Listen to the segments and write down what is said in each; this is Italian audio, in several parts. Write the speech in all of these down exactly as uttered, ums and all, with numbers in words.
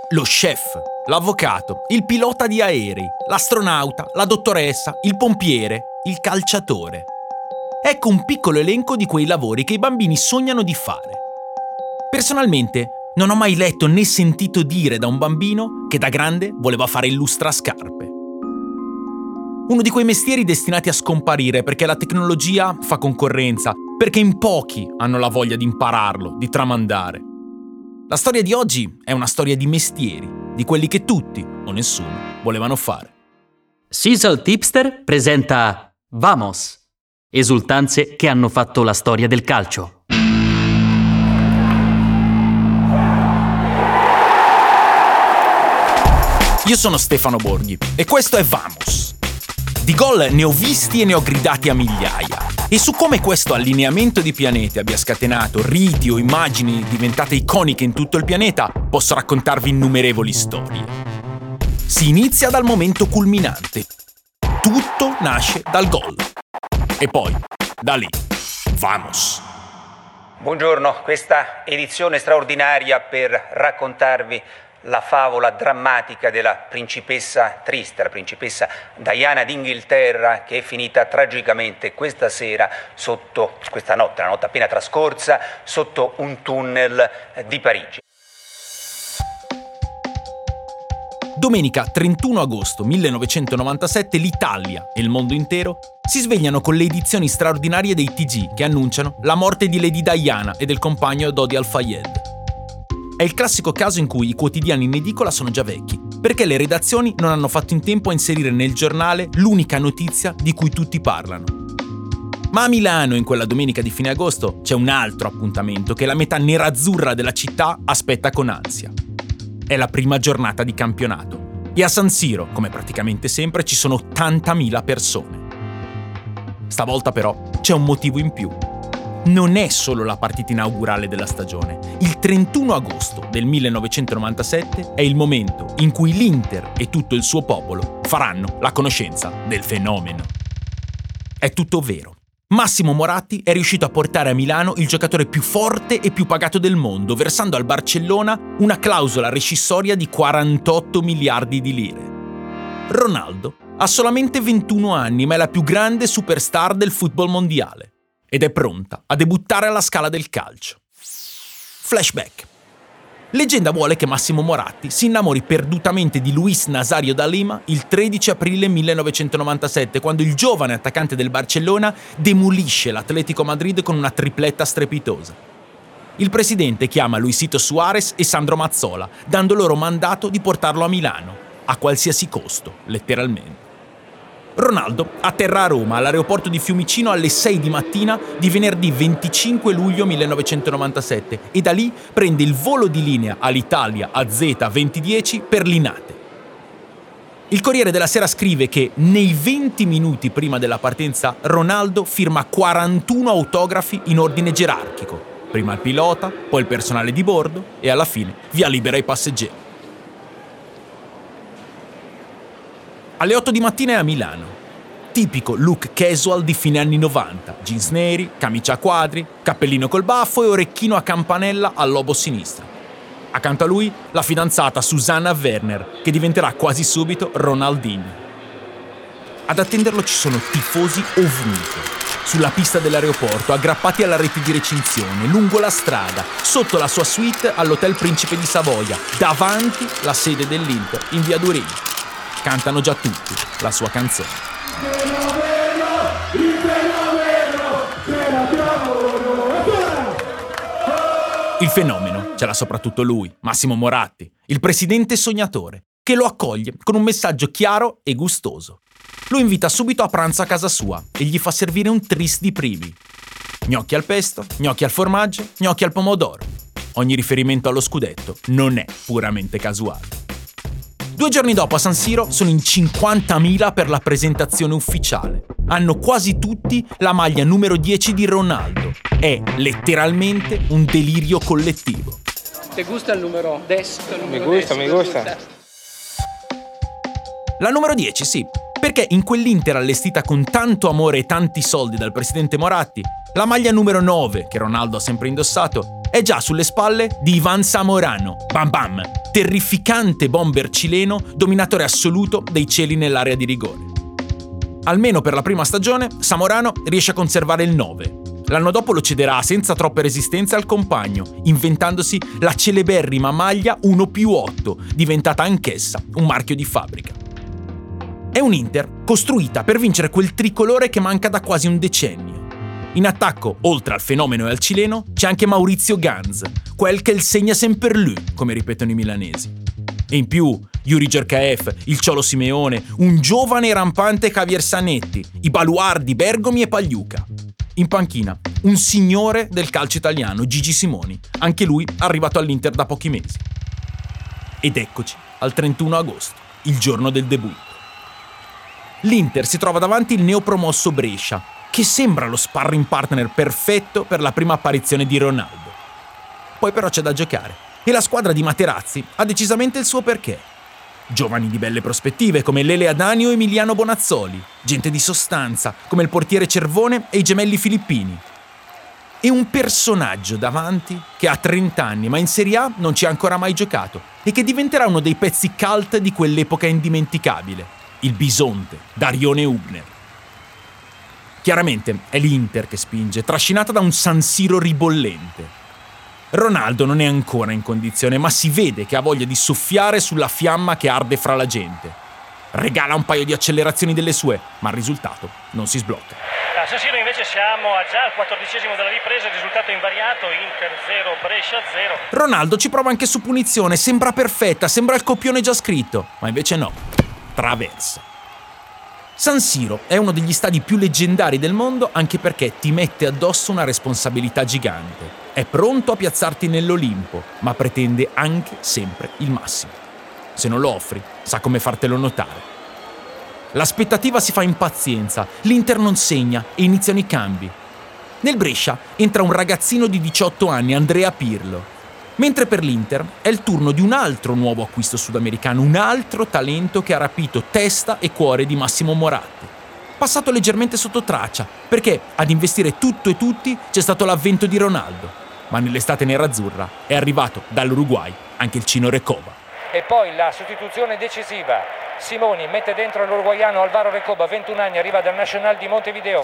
Lo chef, l'avvocato, il pilota di aerei, l'astronauta, la dottoressa, il pompiere, il calciatore. Ecco un piccolo elenco di quei lavori che i bambini sognano di fare. Personalmente, non ho mai letto né sentito dire da un bambino che da grande voleva fare il lustrascarpe. Uno di quei mestieri destinati a scomparire perché la tecnologia fa concorrenza, perché in pochi hanno la voglia di impararlo, di tramandare. La storia di oggi è una storia di mestieri, di quelli che tutti, o nessuno, volevano fare. Sisal Tipster presenta Vamos, esultanze che hanno fatto la storia del calcio. Io sono Stefano Borghi e questo è Vamos. Di gol ne ho visti e ne ho gridati a migliaia. E su come questo allineamento di pianeti abbia scatenato riti o immagini diventate iconiche in tutto il pianeta, posso raccontarvi innumerevoli storie. Si inizia dal momento culminante. Tutto nasce dal gol. E poi, da lì, vamos. Buongiorno, questa edizione straordinaria per raccontarvi la favola drammatica della principessa triste, la principessa Diana d'Inghilterra, che è finita tragicamente questa sera sotto, questa notte, la notte appena trascorsa, sotto un tunnel di Parigi. Domenica trentuno agosto millenovecentonovantasette l'Italia e il mondo intero si svegliano con le edizioni straordinarie dei T G che annunciano la morte di Lady Diana e del compagno Dodi Al-Fayed. È il classico caso in cui i quotidiani in edicola sono già vecchi, perché le redazioni non hanno fatto in tempo a inserire nel giornale l'unica notizia di cui tutti parlano. Ma a Milano, in quella domenica di fine agosto, c'è un altro appuntamento che la metà nerazzurra della città aspetta con ansia. È la prima giornata di campionato. E a San Siro, come praticamente sempre, ci sono ottantamila persone. Stavolta però c'è un motivo in più. Non è solo la partita inaugurale della stagione. Il trentuno agosto del millenovecentonovantasette è il momento in cui l'Inter e tutto il suo popolo faranno la conoscenza del fenomeno. È tutto vero. Massimo Moratti è riuscito a portare a Milano il giocatore più forte e più pagato del mondo, versando al Barcellona una clausola rescissoria di quarantotto miliardi di lire. Ronaldo ha solamente ventuno anni, ma è la più grande superstar del football mondiale. Ed è pronta a debuttare alla Scala del calcio. Flashback. Leggenda vuole che Massimo Moratti si innamori perdutamente di Luis Nazario da Lima il tredici aprile millenovecentonovantasette, quando il giovane attaccante del Barcellona demolisce l'Atletico Madrid con una tripletta strepitosa. Il presidente chiama Luisito Suarez e Sandro Mazzola, dando loro mandato di portarlo a Milano, a qualsiasi costo, letteralmente. Ronaldo atterra a Roma all'aeroporto di Fiumicino alle sei di mattina di venerdì venticinque luglio millenovecentonovantasette e da lì prende il volo di linea all'Italia A Z venti dieci per Linate. Il Corriere della Sera scrive che nei venti minuti prima della partenza Ronaldo firma quarantuno autografi in ordine gerarchico, prima il pilota, poi il personale di bordo e alla fine via libera ai passeggeri. Alle otto di mattina è a Milano. Tipico look casual di fine anni novanta, jeans neri, camicia a quadri, cappellino col baffo e orecchino a campanella al lobo sinistro. Accanto a lui la fidanzata Susanna Werner, che diventerà quasi subito Ronaldinho. Ad attenderlo ci sono tifosi ovunque, sulla pista dell'aeroporto, aggrappati alla rete di recinzione, lungo la strada, sotto la sua suite all'Hotel Principe di Savoia, davanti la sede dell'Inter in via Durini. Cantano già tutti la sua canzone. Il fenomeno ce l'ha soprattutto lui, Massimo Moratti, il presidente sognatore, che lo accoglie con un messaggio chiaro e gustoso. Lo invita subito a pranzo a casa sua e gli fa servire un tris di primi. Gnocchi al pesto, gnocchi al formaggio, gnocchi al pomodoro. Ogni riferimento allo scudetto non è puramente casuale. Due giorni dopo a San Siro sono in cinquantamila per la presentazione ufficiale. Hanno quasi tutti la maglia numero dieci di Ronaldo. È letteralmente un delirio collettivo. ¿Te gusta il numero dieci? Mi gusta, mi gusta. La numero dieci, sì, perché in quell'Inter allestita con tanto amore e tanti soldi dal presidente Moratti, la maglia numero nove, che Ronaldo ha sempre indossato, è già sulle spalle di Ivan Zamorano, bam bam, terrificante bomber cileno, dominatore assoluto dei cieli nell'area di rigore. Almeno per la prima stagione, Zamorano riesce a conservare il nove. L'anno dopo lo cederà senza troppe resistenze al compagno, inventandosi la celeberrima maglia uno più otto, diventata anch'essa un marchio di fabbrica. È un'Inter costruita per vincere quel tricolore che manca da quasi un decennio. In attacco, oltre al fenomeno e al cileno, c'è anche Maurizio Ganz, quel che il segna sempre lui, come ripetono i milanesi. E in più, Yuri Djorkaeff, il Ciolo Simeone, un giovane e rampante Javier Zanetti, i baluardi Bergomi e Pagliuca. In panchina, un signore del calcio italiano, Gigi Simoni, anche lui arrivato all'Inter da pochi mesi. Ed eccoci al trentuno agosto, il giorno del debutto. L'Inter si trova davanti il neopromosso Brescia, che sembra lo sparring partner perfetto per la prima apparizione di Ronaldo. Poi però c'è da giocare, e la squadra di Materazzi ha decisamente il suo perché. Giovani di belle prospettive come Lele Adanio e Emiliano Bonazzoli, gente di sostanza come il portiere Cervone e i gemelli filippini. E un personaggio davanti che ha trenta anni ma in Serie A non ci ha ancora mai giocato e che diventerà uno dei pezzi cult di quell'epoca indimenticabile, il bisonte Darione Hübner. Chiaramente è l'Inter che spinge, trascinata da un San Siro ribollente. Ronaldo non è ancora in condizione, ma si vede che ha voglia di soffiare sulla fiamma che arde fra la gente. Regala un paio di accelerazioni delle sue, ma il risultato non si sblocca. A San Siro invece siamo già al quattordicesimo della ripresa, il risultato invariato, Inter zero, Brescia zero. Ronaldo ci prova anche su punizione, sembra perfetta, sembra il copione già scritto, ma invece no, traversa. San Siro è uno degli stadi più leggendari del mondo anche perché ti mette addosso una responsabilità gigante. È pronto a piazzarti nell'Olimpo, ma pretende anche sempre il massimo. Se non lo offri, sa come fartelo notare. L'aspettativa si fa impazienza, l'Inter non segna e iniziano i cambi. Nel Brescia entra un ragazzino di diciotto anni, Andrea Pirlo. Mentre per l'Inter è il turno di un altro nuovo acquisto sudamericano, un altro talento che ha rapito testa e cuore di Massimo Moratti. Passato leggermente sotto traccia, perché ad investire tutto e tutti c'è stato l'avvento di Ronaldo. Ma nell'estate nerazzurra è arrivato dall'Uruguay anche il Cino Recoba. E poi la sostituzione decisiva. Simoni mette dentro l'uruguaiano Alvaro Recoba, ventuno anni, arriva dal Nacional di Montevideo.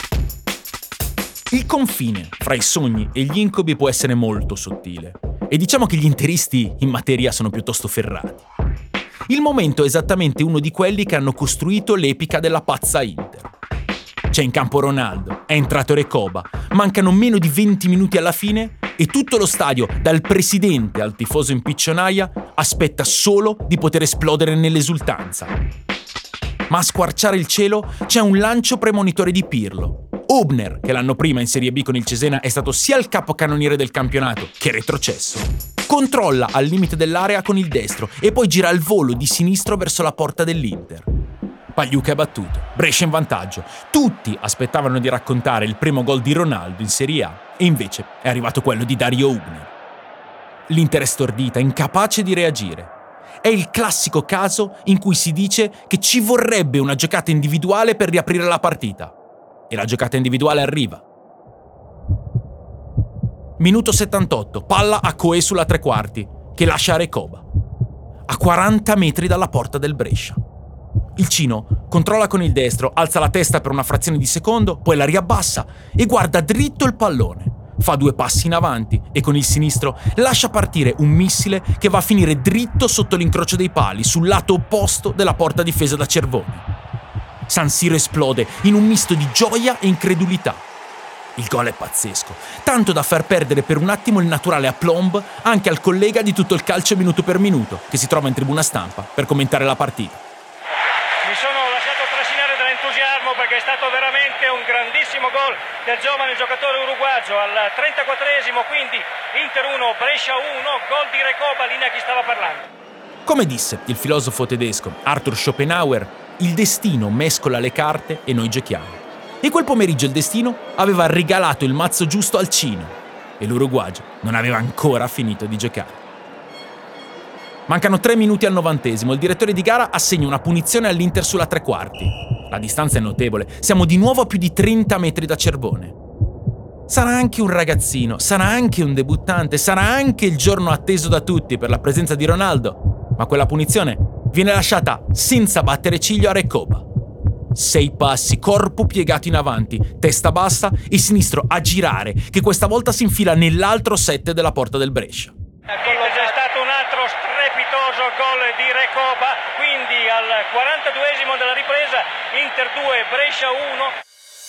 Il confine fra i sogni e gli incubi può essere molto sottile. E diciamo che gli interisti in materia sono piuttosto ferrati. Il momento è esattamente uno di quelli che hanno costruito l'epica della pazza Inter. C'è in campo Ronaldo, è entrato Recoba, mancano meno di venti minuti alla fine e tutto lo stadio, dal presidente al tifoso in piccionaia, aspetta solo di poter esplodere nell'esultanza. Ma a squarciare il cielo c'è un lancio premonitore di Pirlo. Hübner, che l'anno prima in Serie B con il Cesena è stato sia il capocannoniere del campionato che retrocesso, controlla al limite dell'area con il destro e poi gira al volo di sinistro verso la porta dell'Inter. Pagliuca è battuto, Brescia in vantaggio. Tutti aspettavano di raccontare il primo gol di Ronaldo in Serie A e invece è arrivato quello di Dario Hübner. L'Inter è stordita, incapace di reagire. È il classico caso in cui si dice che ci vorrebbe una giocata individuale per riaprire la partita. E la giocata individuale arriva. Minuto settantotto, palla a Coe sulla tre quarti, che lascia Recoba. A quaranta metri dalla porta del Brescia. Il Cino controlla con il destro, alza la testa per una frazione di secondo, poi la riabbassa e guarda dritto il pallone. Fa due passi in avanti e con il sinistro lascia partire un missile che va a finire dritto sotto l'incrocio dei pali, sul lato opposto della porta difesa da Cervone. San Siro esplode in un misto di gioia e incredulità. Il gol è pazzesco, tanto da far perdere per un attimo il naturale aplomb anche al collega di Tutto il Calcio minuto per minuto, che si trova in tribuna stampa per commentare la partita. Mi sono lasciato trascinare dall'entusiasmo perché è stato veramente un grandissimo gol del giovane giocatore uruguagio al trentaquattresimo, quindi Inter uno, Brescia uno, gol di Recoba, linea chi stava parlando. Come disse il filosofo tedesco Arthur Schopenhauer, il destino mescola le carte e noi giochiamo. E quel pomeriggio il destino aveva regalato il mazzo giusto al Cino e l'uruguagio non aveva ancora finito di giocare. Mancano tre minuti al novantesimo, il direttore di gara assegna una punizione all'Inter sulla tre quarti. La distanza è notevole, siamo di nuovo a più di trenta metri da Cervone. Sarà anche un ragazzino, sarà anche un debuttante, sarà anche il giorno atteso da tutti per la presenza di Ronaldo, ma quella punizione viene lasciata senza battere ciglio a Recoba. Sei passi, corpo piegato in avanti, testa bassa e sinistro a girare, che questa volta si infila nell'altro set della porta del Brescia. C'è stato un altro strepitoso gol di Recoba, quindi al quarantaduesimo della ripresa, Inter due, Brescia uno.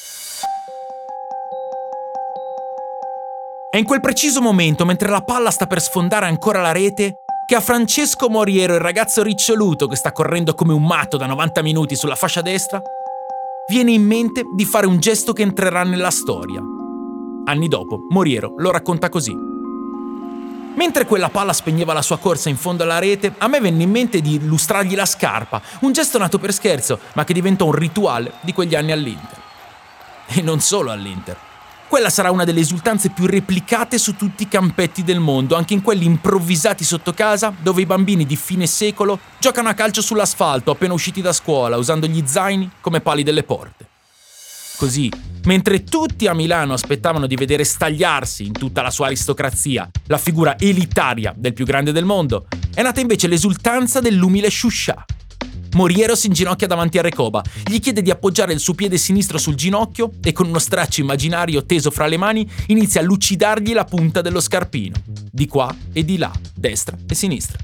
È in quel preciso momento, mentre la palla sta per sfondare ancora la rete, che a Francesco Moriero, il ragazzo riccioluto che sta correndo come un matto da novanta minuti sulla fascia destra, viene in mente di fare un gesto che entrerà nella storia. Anni dopo, Moriero lo racconta così. Mentre quella palla spegneva la sua corsa in fondo alla rete, a me venne in mente di lustrargli la scarpa, un gesto nato per scherzo, ma che diventò un rituale di quegli anni all'Inter. E non solo all'Inter. Quella sarà una delle esultanze più replicate su tutti i campetti del mondo, anche in quelli improvvisati sotto casa, dove i bambini di fine secolo giocano a calcio sull'asfalto appena usciti da scuola, usando gli zaini come pali delle porte. Così, mentre tutti a Milano aspettavano di vedere stagliarsi in tutta la sua aristocrazia la figura elitaria del più grande del mondo, è nata invece l'esultanza dell'umile Sciuscià. Moriero si inginocchia davanti a Recoba, gli chiede di appoggiare il suo piede sinistro sul ginocchio e con uno straccio immaginario teso fra le mani inizia a lucidargli la punta dello scarpino, di qua e di là, destra e sinistra.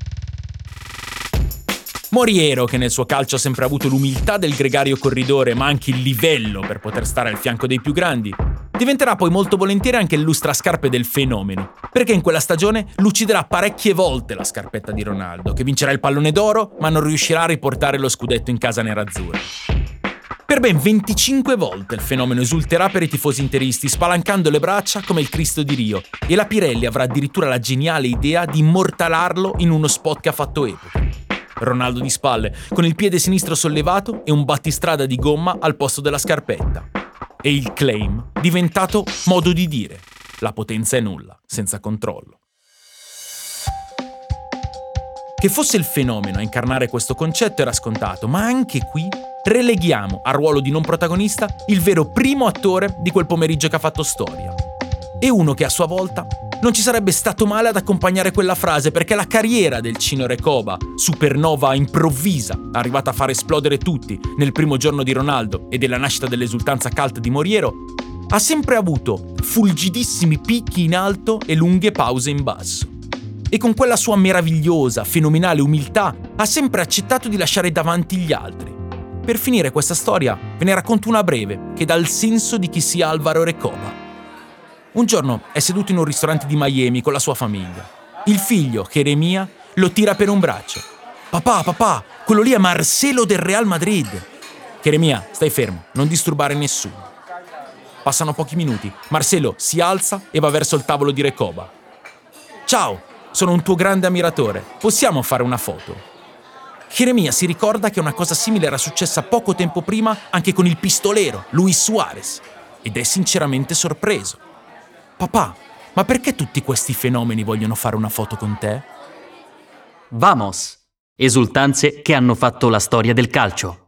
Moriero, che nel suo calcio ha sempre avuto l'umiltà del gregario corridore ma anche il livello per poter stare al fianco dei più grandi, diventerà poi molto volentieri anche il lustrascarpe del fenomeno, perché in quella stagione luciderà parecchie volte la scarpetta di Ronaldo, che vincerà il pallone d'oro ma non riuscirà a riportare lo scudetto in casa nerazzurra. Per ben venticinque volte il fenomeno esulterà per i tifosi interisti, spalancando le braccia come il Cristo di Rio, e la Pirelli avrà addirittura la geniale idea di immortalarlo in uno spot che ha fatto epoca. Ronaldo di spalle, con il piede sinistro sollevato e un battistrada di gomma al posto della scarpetta. E il claim diventato modo di dire: la potenza è nulla, senza controllo. Che fosse il fenomeno a incarnare questo concetto era scontato, ma anche qui releghiamo al ruolo di non protagonista il vero primo attore di quel pomeriggio che ha fatto storia. E uno che a sua volta non ci sarebbe stato male ad accompagnare quella frase, perché la carriera del Cino Recoba, supernova improvvisa, arrivata a far esplodere tutti nel primo giorno di Ronaldo e della nascita dell'esultanza cult di Moriero, ha sempre avuto fulgidissimi picchi in alto e lunghe pause in basso. E con quella sua meravigliosa, fenomenale umiltà ha sempre accettato di lasciare davanti gli altri. Per finire questa storia ve ne racconto una breve che dà il senso di chi sia Álvaro Recoba. Un giorno è seduto in un ristorante di Miami con la sua famiglia. Il figlio, Jeremia, lo tira per un braccio. «Papà, papà, quello lì è Marcelo del Real Madrid!» «Jeremia, stai fermo, non disturbare nessuno». Passano pochi minuti, Marcelo si alza e va verso il tavolo di Recoba. «Ciao, sono un tuo grande ammiratore, possiamo fare una foto?» Jeremia si ricorda che una cosa simile era successa poco tempo prima anche con il pistolero, Luis Suarez, ed è sinceramente sorpreso. «Papà, ma perché tutti questi fenomeni vogliono fare una foto con te?» Vamos! Esultanze che hanno fatto la storia del calcio.